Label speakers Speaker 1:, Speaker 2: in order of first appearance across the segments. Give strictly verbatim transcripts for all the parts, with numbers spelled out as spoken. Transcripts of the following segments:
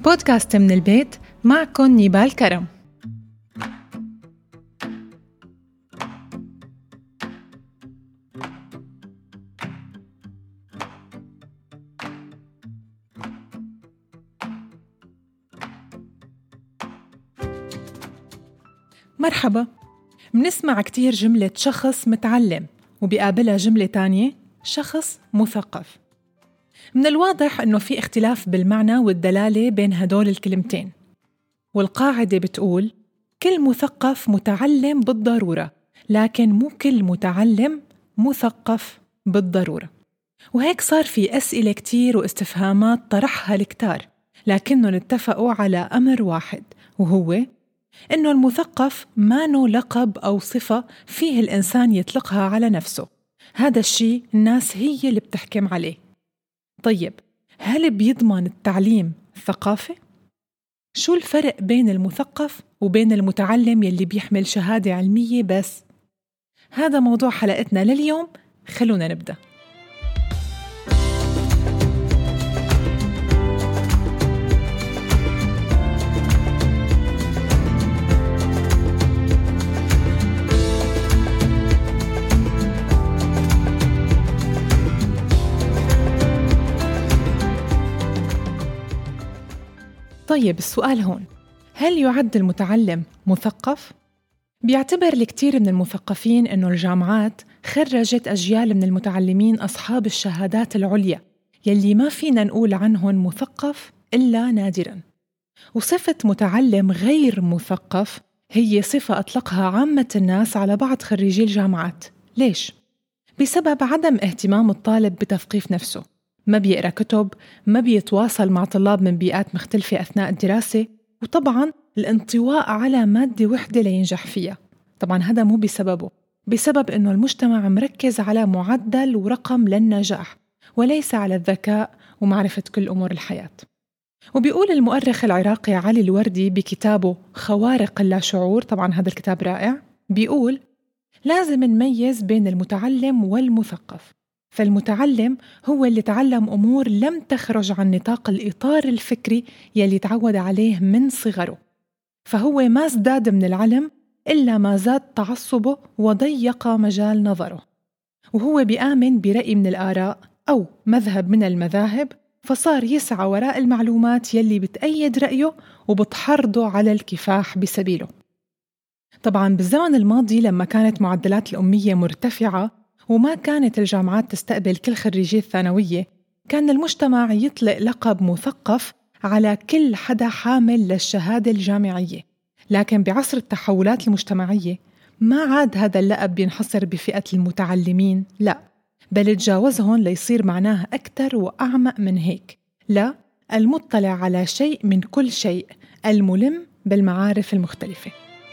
Speaker 1: بودكاست من البيت، معكم نيبال كرم. مرحبا. منسمع كتير جملة شخص متعلم وبيقابلها جملة تانية شخص مثقف. من الواضح أنه في اختلاف بالمعنى والدلالة بين هدول الكلمتين، والقاعدة بتقول كل مثقف متعلم بالضرورة، لكن مو كل متعلم مثقف بالضرورة. وهيك صار في أسئلة كتير واستفهامات طرحها الكتار، لكنهم اتفقوا على أمر واحد، وهو إنه المثقف مانو لقب أو صفة فيه الإنسان يطلقها على نفسه. هذا الشيء الناس هي اللي بتحكم عليه. طيب، هل بيضمن التعليم ثقافة؟ شو الفرق بين المثقف وبين المتعلم يلي بيحمل شهادة علمية بس؟ هذا موضوع حلقتنا لليوم، خلونا نبدأ. طيب، السؤال هون، هل يعد المتعلم مثقف؟ بيعتبر الكثير من المثقفين إنه الجامعات خرجت أجيال من المتعلمين أصحاب الشهادات العليا يلي ما فينا نقول عنهم مثقف إلا نادراً. وصفة متعلم غير مثقف هي صفة أطلقها عامة الناس على بعض خريجي الجامعات. ليش؟ بسبب عدم اهتمام الطالب بتثقيف نفسه، ما بيقرأ كتب، ما بيتواصل مع طلاب من بيئات مختلفة أثناء الدراسة، وطبعاً الانطواء على مادة وحدة لينجح فيها. طبعاً هذا مو بسببه، بسبب إنه المجتمع مركز على معدل ورقم للنجاح وليس على الذكاء ومعرفة كل أمور الحياة. وبيقول المؤرخ العراقي علي الوردي بكتابه خوارق اللاشعور، طبعاً هذا الكتاب رائع، بيقول لازم نميز بين المتعلم والمثقف. فالمتعلم هو اللي تعلم أمور لم تخرج عن نطاق الإطار الفكري يلي تعود عليه من صغره، فهو ما ازداد من العلم إلا ما زاد تعصبه وضيق مجال نظره، وهو بيآمن برأي من الآراء أو مذهب من المذاهب، فصار يسعى وراء المعلومات يلي بتأيد رأيه وبتحرضه على الكفاح بسبيله. طبعاً بالزمن الماضي لما كانت معدلات الأمية مرتفعة وما كانت الجامعات تستقبل كل خريجي الثانوية، كان المجتمع يطلق لقب مثقف على كل حدا حامل للشهادة الجامعية. لكن بعصر التحولات المجتمعية ما عاد هذا اللقب ينحصر بفئة المتعلمين، لا، بل تجاوزهم ليصير معناه أكثر وأعمق من هيك. لا، المطلع على شيء من كل شيء، الملم بالمعارف المختلفة.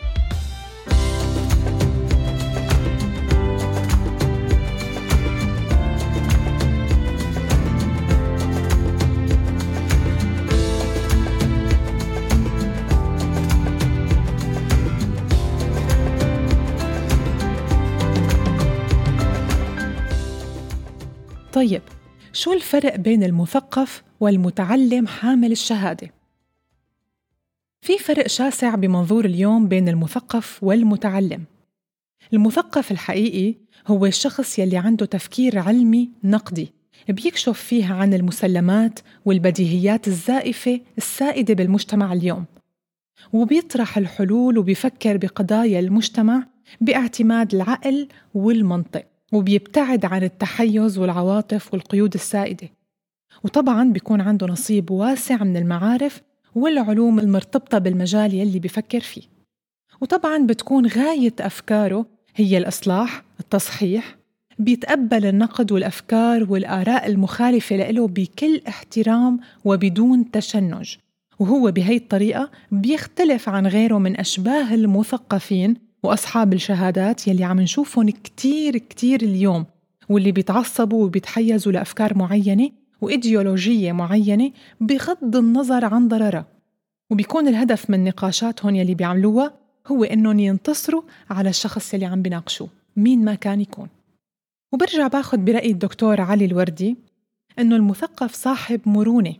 Speaker 1: طيب، شو الفرق بين المثقف والمتعلم حامل الشهادة؟ في فرق شاسع بمنظور اليوم بين المثقف والمتعلم. المثقف الحقيقي هو الشخص يلي عنده تفكير علمي نقدي، بيكشف فيها عن المسلمات والبديهيات الزائفة السائدة بالمجتمع اليوم، وبيطرح الحلول وبيفكر بقضايا المجتمع باعتماد العقل والمنطق، وبيبتعد عن التحيز والعواطف والقيود السائدة. وطبعاً بيكون عنده نصيب واسع من المعارف والعلوم المرتبطة بالمجال يلي بيفكر فيه. وطبعاً بتكون غاية أفكاره هي الإصلاح، التصحيح، بيتقبل النقد والأفكار والآراء المخالفة له بكل احترام وبدون تشنج. وهو بهي الطريقة بيختلف عن غيره من أشباه المثقفين وأصحاب الشهادات يلي عم نشوفهم كتير كتير اليوم، واللي بيتعصبوا وبيتحيزوا لأفكار معينة وإيديولوجية معينة بغض النظر عن ضررها. وبيكون الهدف من نقاشاتهم يلي بيعملوها هو إنهم ينتصروا على الشخص يلي عم بيناقشوه مين ما كان يكون. وبرجع باخد برأي الدكتور علي الوردي إنه المثقف صاحب مرونة،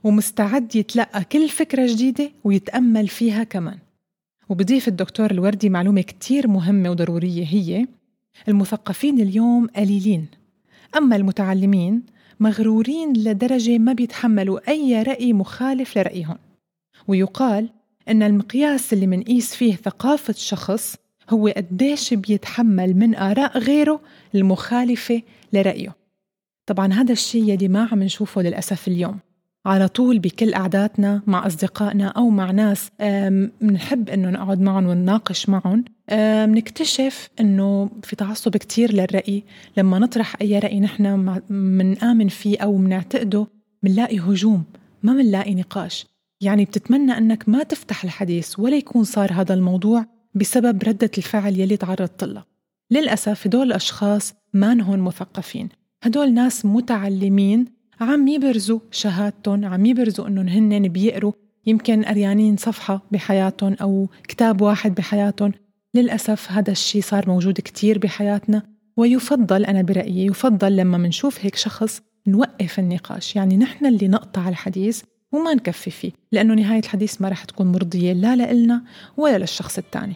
Speaker 1: ومستعد يتلقى كل فكرة جديدة ويتأمل فيها كمان. وبضيف الدكتور الوردي معلومة كتير مهمة وضرورية، هي المثقفين اليوم قليلين، أما المتعلمين مغرورين لدرجة ما بيتحملوا أي رأي مخالف لرأيهم. ويقال إن المقياس اللي منقيس فيه ثقافة شخص هو قديش بيتحمل من آراء غيره المخالفة لرأيه. طبعاً هذا الشيء يلي ما عم نشوفه للأسف اليوم على طول بكل قعداتنا مع أصدقائنا أو مع ناس بنحب إنه نقعد معهم ونناقش معهم. بنكتشف إنه في تعصب كتير للرأي. لما نطرح أي رأي نحن منآمن فيه أو منعتقده منلاقي هجوم، ما منلاقي نقاش. يعني بتتمنى أنك ما تفتح الحديث ولا يكون صار هذا الموضوع بسبب ردة الفعل يلي تعرضت له. للأسف هدول الأشخاص ما نهون مثقفين، هدول ناس متعلمين عم يبرزوا شهادتهم، عم يبرزوا أنهم هن بيقروا يمكن قريانين صفحة بحياتهم أو كتاب واحد بحياتهم. للأسف هذا الشيء صار موجود كتير بحياتنا، ويفضل أنا برأيي يفضل لما منشوف هيك شخص نوقف النقاش، يعني نحن اللي نقطع الحديث وما نكفي فيه، لأنه نهاية الحديث ما رح تكون مرضية لا لإلنا ولا للشخص الثاني.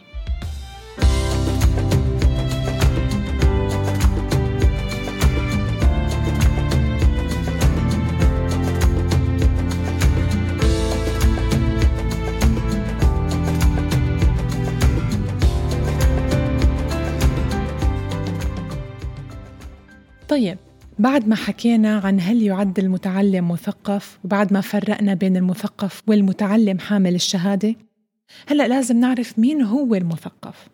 Speaker 1: طيب، بعد ما حكينا عن هل يعد المتعلم مثقف، وبعد ما فرقنا بين المثقف والمتعلم حامل الشهادة، هلأ لازم نعرف مين هو المثقف.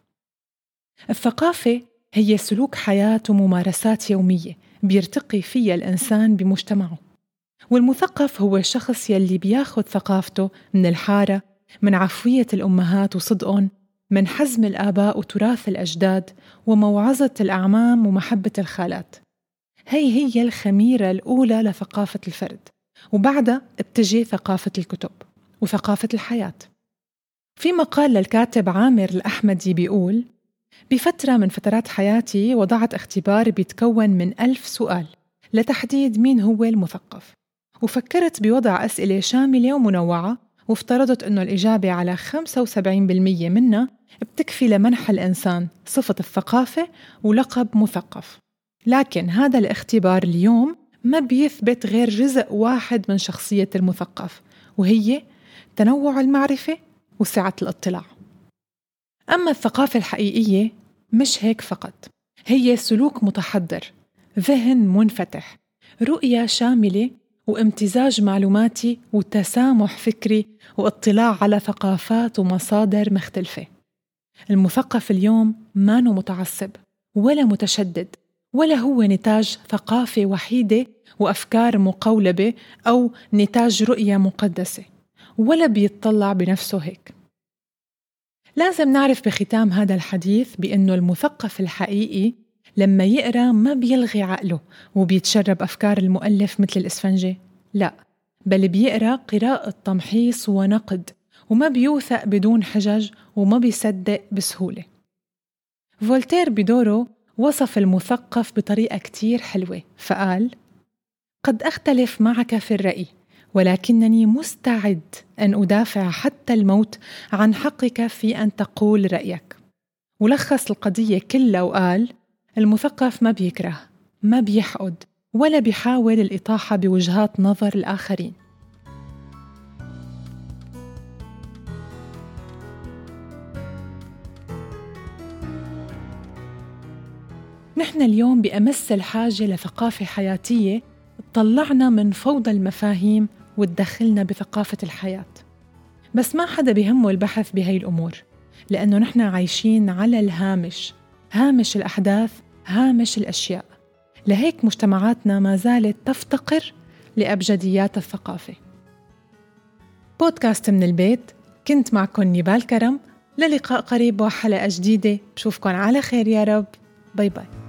Speaker 1: الثقافة هي سلوك حياة وممارسات يومية بيرتقي فيها الإنسان بمجتمعه، والمثقف هو الشخص يلي بياخد ثقافته من الحارة، من عفوية الأمهات وصدقهم، من حزم الآباء وتراث الأجداد، وموعظة الأعمام ومحبة الخالات. هي هي الخميرة الأولى لثقافة الفرد، وبعدها بتجي ثقافة الكتب وثقافة الحياة. في مقال للكاتب عامر الأحمدي بيقول: بفترة من فترات حياتي وضعت اختبار بيتكون من ألف سؤال لتحديد مين هو المثقف، وفكرت بوضع أسئلة شاملة ومنوعة، وافترضت أنه الإجابة على خمسة وسبعين بالمية منها بتكفي لمنح الإنسان صفة الثقافة ولقب مثقف. لكن هذا الاختبار اليوم ما بيثبت غير جزء واحد من شخصية المثقف، وهي تنوع المعرفة وسعة الاطلاع. أما الثقافة الحقيقية مش هيك فقط، هي سلوك متحضر، ذهن منفتح، رؤية شاملة، وامتزاج معلوماتي وتسامح فكري واطلاع على ثقافات ومصادر مختلفة. المثقف اليوم ما هو متعصب ولا متشدد، ولا هو نتاج ثقافة وحيدة وأفكار مقولبة أو نتاج رؤية مقدسة، ولا بيتطلع بنفسه هيك. لازم نعرف بختام هذا الحديث بأنه المثقف الحقيقي لما يقرأ ما بيلغي عقله وبيتشرب أفكار المؤلف مثل الإسفنجة، لا، بل بيقرأ قراءة تمحيص ونقد، وما بيوثق بدون حجج وما بيصدق بسهولة. فولتير بدوره وصف المثقف بطريقة كتير حلوة، فقال: قد أختلف معك في الرأي، ولكنني مستعد أن أدافع حتى الموت عن حقك في أن تقول رأيك. ولخص القضية كلها وقال: المثقف ما بيكره، ما بيحقد، ولا بيحاول الإطاحة بوجهات نظر الآخرين. نحن اليوم بأمس الحاجة لثقافة حياتية تطلعنا من فوضى المفاهيم وتدخلنا بثقافة الحياة. بس ما حدا بيهمه البحث بهاي الأمور، لأنه نحن عايشين على الهامش، هامش الأحداث، هامش الأشياء. لهيك مجتمعاتنا ما زالت تفتقر لأبجديات الثقافة. بودكاست من البيت، كنت معكم نيبال كرم، للقاء قريب وحلقة جديدة. بشوفكن على خير يا رب. باي باي.